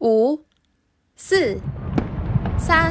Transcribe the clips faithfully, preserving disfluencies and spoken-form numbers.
五、四、三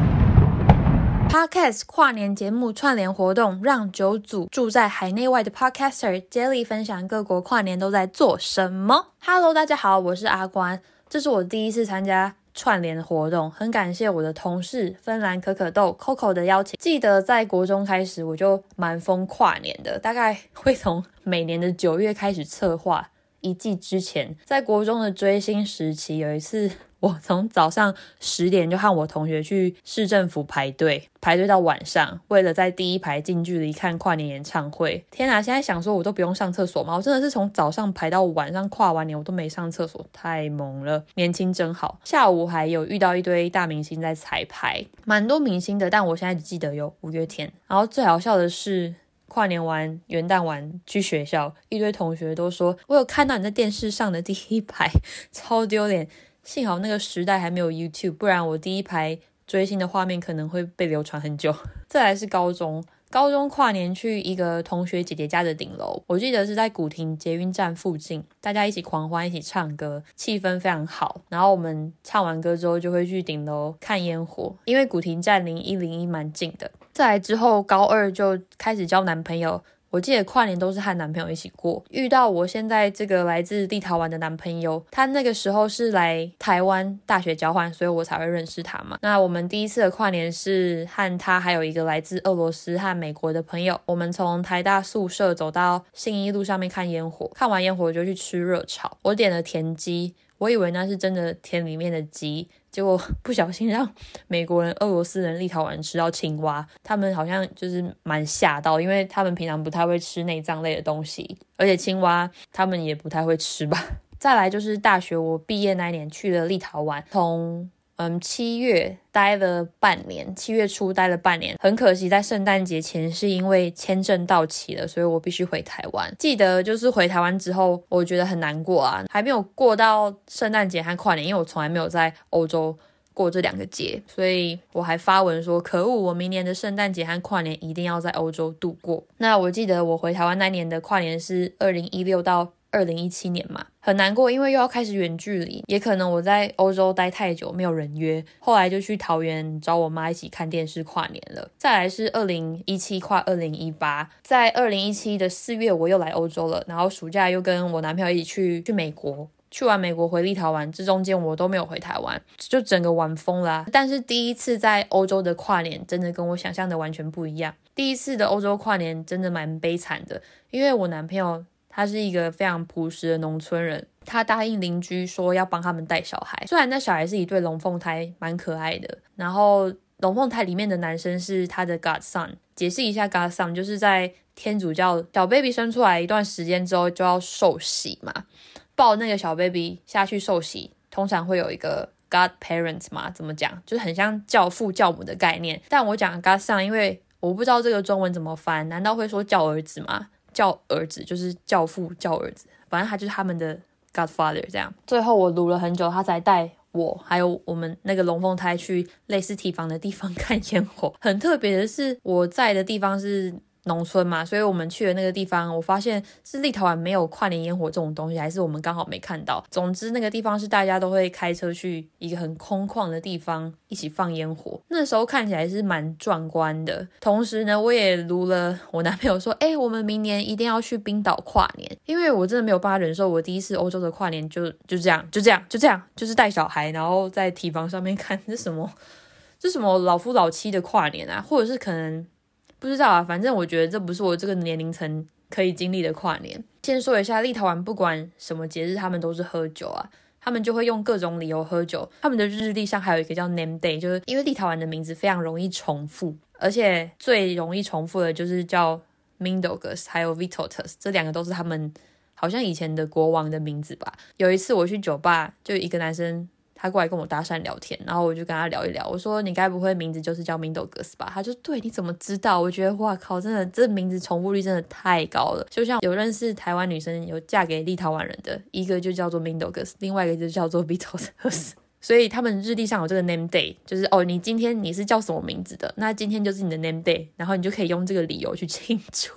Podcast 跨年节目串联活动，让九组住在海内外的 Podcaster 接力分享各国跨年都在做什么。Hello， 大家好，我是阿关，这是我第一次参加串联活动，很感谢我的同事芬兰可可豆 Coco 的邀请。记得在国中开始我就蛮疯跨年的，大概会从每年的九月开始策划。一季之前，在国中的追星时期，有一次我从早上十点就和我同学去市政府排队，排队到晚上，为了在第一排近距离看跨年演唱会。天啊，现在想说我都不用上厕所吗？我真的是从早上排到晚上，跨完年我都没上厕所，太猛了，年轻真好。下午还有遇到一堆大明星在彩排，蛮多明星的，但我现在只记得有五月天。然后最好笑的是跨年完元旦完去学校，一堆同学都说我有看到你在电视上的第一排，超丢脸。幸好那个时代还没有 YouTube， 不然我第一排追星的画面可能会被流传很久。再来是高中高中跨年去一个同学姐姐家的顶楼，我记得是在古亭捷运站附近，大家一起狂欢，一起唱歌，气氛非常好。然后我们唱完歌之后就会去顶楼看烟火，因为古亭站离一零一蛮近的。再来之后高二就开始交男朋友，我记得跨年都是和男朋友一起过。遇到我现在这个来自立陶宛的男朋友，他那个时候是来台湾大学交换，所以我才会认识他嘛。那我们第一次的跨年是和他还有一个来自俄罗斯和美国的朋友，我们从台大宿舍走到信义路上面看烟火，看完烟火就去吃热炒，我点了田鸡，我以为那是真的田里面的鸡，结果不小心让美国人、俄罗斯人、立陶宛人吃到青蛙，他们好像就是蛮吓到，因为他们平常不太会吃内脏类的东西，而且青蛙他们也不太会吃吧。再来就是大学，我毕业那一年去了立陶宛，从嗯七月待了半年，七月初待了半年，很可惜在圣诞节前是因为签证到期了，所以我必须回台湾。记得就是回台湾之后，我觉得很难过啊，还没有过到圣诞节和跨年，因为我从来没有在欧洲过这两个节，所以我还发文说可恶，我明年的圣诞节和跨年一定要在欧洲度过。那我记得我回台湾那年的跨年是二零一六到二零一七年嘛，很难过，因为又要开始远距离，也可能我在欧洲待太久没有人约，后来就去桃园找我妈一起看电视跨年了。再来是二零一七跨二零一八，在二零一七的四月我又来欧洲了，然后暑假又跟我男朋友一起去去美国，去完美国回立陶宛，这中间我都没有回台湾，就整个玩疯啦、啊。但是第一次在欧洲的跨年真的跟我想象的完全不一样，第一次的欧洲跨年真的蛮悲惨的，因为我男朋友他是一个非常朴实的农村人，他答应邻居说要帮他们带小孩，虽然那小孩是一对龙凤胎，蛮可爱的，然后龙凤胎里面的男生是他的 godson。 解释一下 godson 就是在天主教小 baby 生出来一段时间之后就要受洗嘛，抱那个小 baby 下去受洗，通常会有一个 godparents 嘛，怎么讲，就是很像教父教母的概念。但我讲 godson 因为我不知道这个中文怎么翻，难道会说教儿子吗？教儿子就是教父教儿子，反正他就是他们的 godfather 这样。最后我撸了很久，他才带我还有我们那个龙凤胎去类似堤防的地方看烟火。很特别的是我在的地方是农村嘛，所以我们去的那个地方，我发现是立陶宛没有跨年烟火这种东西，还是我们刚好没看到。总之那个地方是大家都会开车去一个很空旷的地方一起放烟火，那时候看起来是蛮壮观的。同时呢，我也撸了我男朋友说，哎、欸，我们明年一定要去冰岛跨年，因为我真的没有办法忍受我第一次欧洲的跨年就就这样就这样就这样，就是带小孩然后在堤防上面看，这什么这什么老夫老妻的跨年啊，或者是可能不知道啊，反正我觉得这不是我这个年龄层可以经历的跨年。先说一下，立陶宛不管什么节日他们都是喝酒啊，他们就会用各种理由喝酒。他们的日历上还有一个叫 name day， 就是因为立陶宛的名字非常容易重复，而且最容易重复的就是叫 Mindaugas 还有 Vytautas， 这两个都是他们好像以前的国王的名字吧。有一次我去酒吧，就一个男生他过来跟我搭讪聊天，然后我就跟他聊一聊，我说你该不会名字就是叫 Mindaugas 吧？他就对，你怎么知道？我觉得哇靠，真的这名字重复率真的太高了。就像有认识台湾女生有嫁给立陶宛人的，一个就叫做 Mindaugas， 另外一个就叫做 Vytautas。所以他们日历上有这个 name day， 就是哦，你今天你是叫什么名字的，那今天就是你的 name day， 然后你就可以用这个理由去庆祝。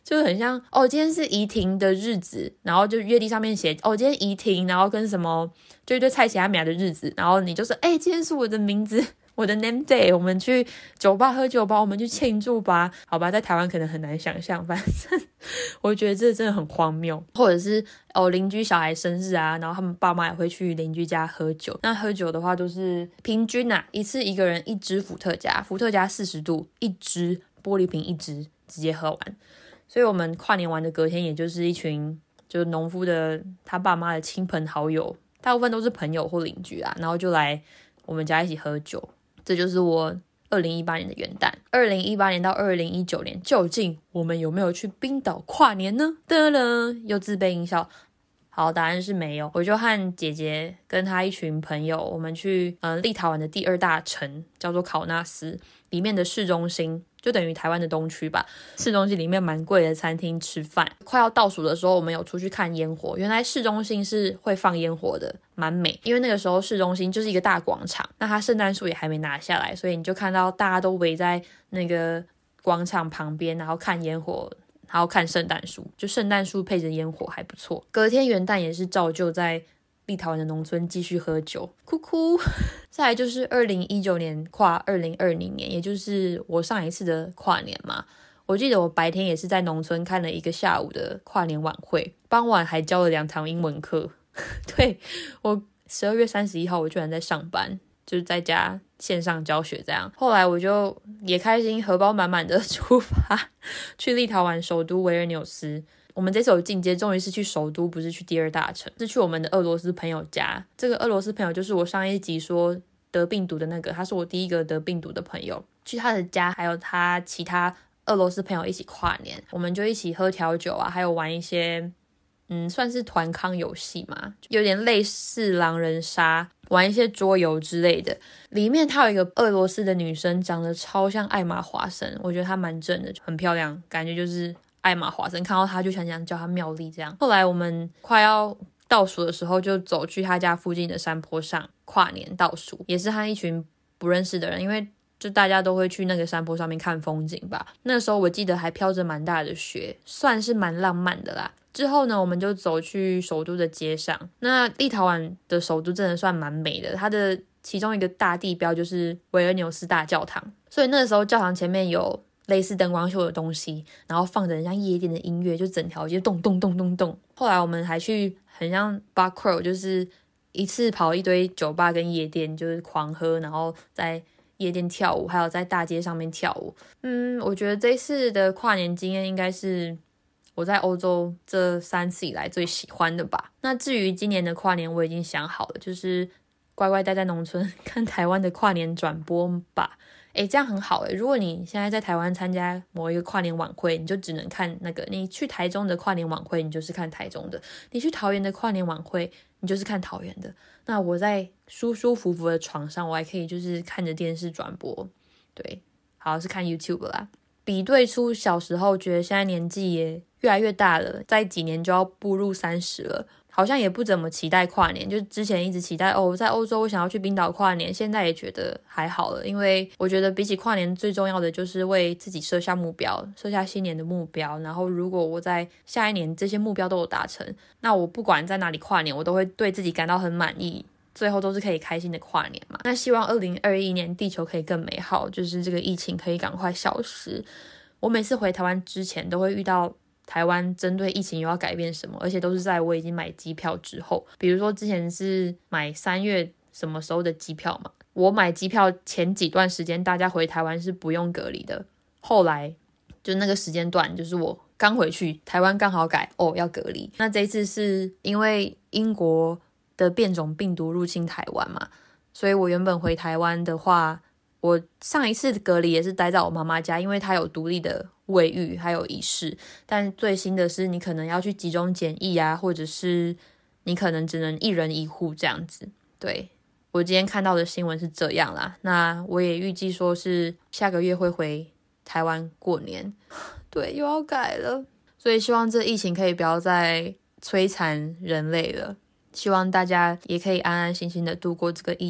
就很像哦，今天是怡婷的日子，然后就月历上面写哦，今天怡婷，然后跟什么就一堆蔡奇阿米亚的日子，然后你就说哎、欸，今天是我的名字，我的 name day， 我们去酒吧喝酒吧，我们去庆祝吧。好吧，在台湾可能很难想象，反正我觉得这真的很荒谬。或者是哦，邻居小孩生日啊，然后他们爸妈也会去邻居家喝酒。那喝酒的话都是平均啊，一次一个人一支伏特加，伏特加四十度一支，玻璃瓶一支，直接喝完。所以我们跨年完的隔天，也就是一群就是农夫的他爸妈的亲朋好友，大部分都是朋友或邻居啊，然后就来我们家一起喝酒。这就是我二零一八年的元旦。二零一八年到二零一九年，究竟我们有没有去冰岛跨年呢？噔噔，又自备音效。好，答案是没有。我就和姐姐跟她一群朋友，我们去呃立陶宛的第二大城，叫做考纳斯，里面的市中心，就等于台湾的东区吧。市中心里面蛮贵的餐厅吃饭。快要倒数的时候，我们有出去看烟火。原来市中心是会放烟火的，蛮美。因为那个时候市中心就是一个大广场，那它圣诞树也还没拿下来，所以你就看到大家都围在那个广场旁边，然后看烟火。然后看圣诞树，就圣诞树配着烟火还不错。隔天元旦也是照旧在立陶宛的农村继续喝酒，哭哭。再来就是二零一九年跨二零二零年，也就是我上一次的跨年嘛。我记得我白天也是在农村看了一个下午的跨年晚会，傍晚还教了两堂英文课。对，我十二月三十一号我居然在上班，就是在家线上教学这样。后来我就也开心荷包满满的出发去立陶宛首都维尔纽斯。我们这次有进阶，终于是去首都，不是去第二大城，是去我们的俄罗斯朋友家。这个俄罗斯朋友就是我上一集说得病毒的那个，他是我第一个得病毒的朋友。去他的家还有他其他俄罗斯朋友一起跨年，我们就一起喝调酒啊，还有玩一些嗯，算是团康游戏嘛，有点类似狼人杀，玩一些桌游之类的。里面他有一个俄罗斯的女生，长得超像艾玛华森，我觉得她蛮正的，很漂亮，感觉就是艾玛华森。看到她就想想叫她妙丽这样。后来我们快要倒数的时候，就走去她家附近的山坡上跨年倒数，也是和一群不认识的人，因为就大家都会去那个山坡上面看风景吧。那个时候我记得还飘着蛮大的雪，算是蛮浪漫的啦。之后呢，我们就走去首都的街上。那立陶宛的首都真的算蛮美的，它的其中一个大地标就是维尔纽斯大教堂，所以那个时候教堂前面有类似灯光秀的东西，然后放着很像夜店的音乐，就整条街动动动动动。后来我们还去很像 bar crawl， 就是一次跑一堆酒吧跟夜店，就是狂喝，然后在夜店跳舞，还有在大街上面跳舞。嗯，我觉得这一次的跨年经验应该是我在欧洲这三次以来最喜欢的吧。那至于今年的跨年，我已经想好了，就是乖乖待在农村看台湾的跨年转播吧。诶，这样很好诶。如果你现在在台湾参加某一个跨年晚会，你就只能看那个；你去台中的跨年晚会，你就是看台中的；你去桃园的跨年晚会，你就是看桃园的。那我在舒舒服服的床上，我还可以就是看着电视转播。对，好，是看 YouTube 啦。比对出小时候，觉得现在年纪也越来越大了，再几年就要步入三十了，好像也不怎么期待跨年。就之前一直期待哦，在欧洲我想要去冰岛跨年，现在也觉得还好了，因为我觉得比起跨年最重要的就是为自己设下目标，设下新年的目标。然后如果我在下一年这些目标都有达成，那我不管在哪里跨年，我都会对自己感到很满意，最后都是可以开心的跨年嘛。那希望二零二一年地球可以更美好，就是这个疫情可以赶快消失。我每次回台湾之前都会遇到台湾针对疫情又要改变什么，而且都是在我已经买机票之后。比如说之前是买三月什么时候的机票嘛，我买机票前几段时间大家回台湾是不用隔离的，后来就那个时间段就是我刚回去，台湾刚好改哦要隔离。那这一次是因为英国的变种病毒入侵台湾嘛，所以我原本回台湾的话，我上一次隔离也是待在我妈妈家，因为她有独立的卫浴还有仪式。但最新的是你可能要去集中检疫啊，或者是你可能只能一人一户这样子。对，我今天看到的新闻是这样啦。那我也预计说是下个月会回台湾过年。对，又要改了，所以希望这疫情可以不要再摧残人类了，希望大家也可以安安心心的度过这个疫情。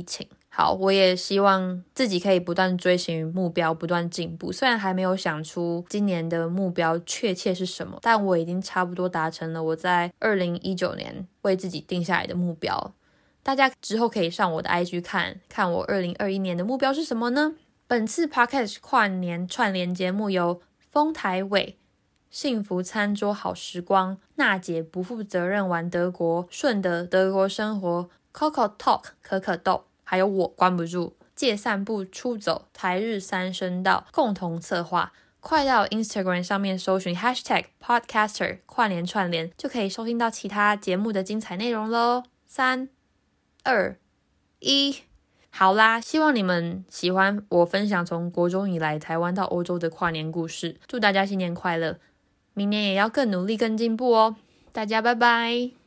好，我也希望自己可以不断追寻目标，不断进步。虽然还没有想出今年的目标确切是什么，但我已经差不多达成了我在二零一九年为自己定下来的目标。大家之后可以上我的 I G 看看我二零二一年的目标是什么呢？本次 Podcast 跨年串联节目由丰台伟、幸福餐桌好时光、娜姐不负责任玩德国、顺的德国生活、Coco Talk 可可豆，还有我关不住借散步出走台日三声道共同策划。快到 Instagram 上面搜寻 hashtag podcaster 跨年串联，就可以收听到其他节目的精彩内容咯。三二一，好啦，希望你们喜欢我分享从国中以来台湾到欧洲的跨年故事。祝大家新年快乐，明年也要更努力更进步哦。大家拜拜。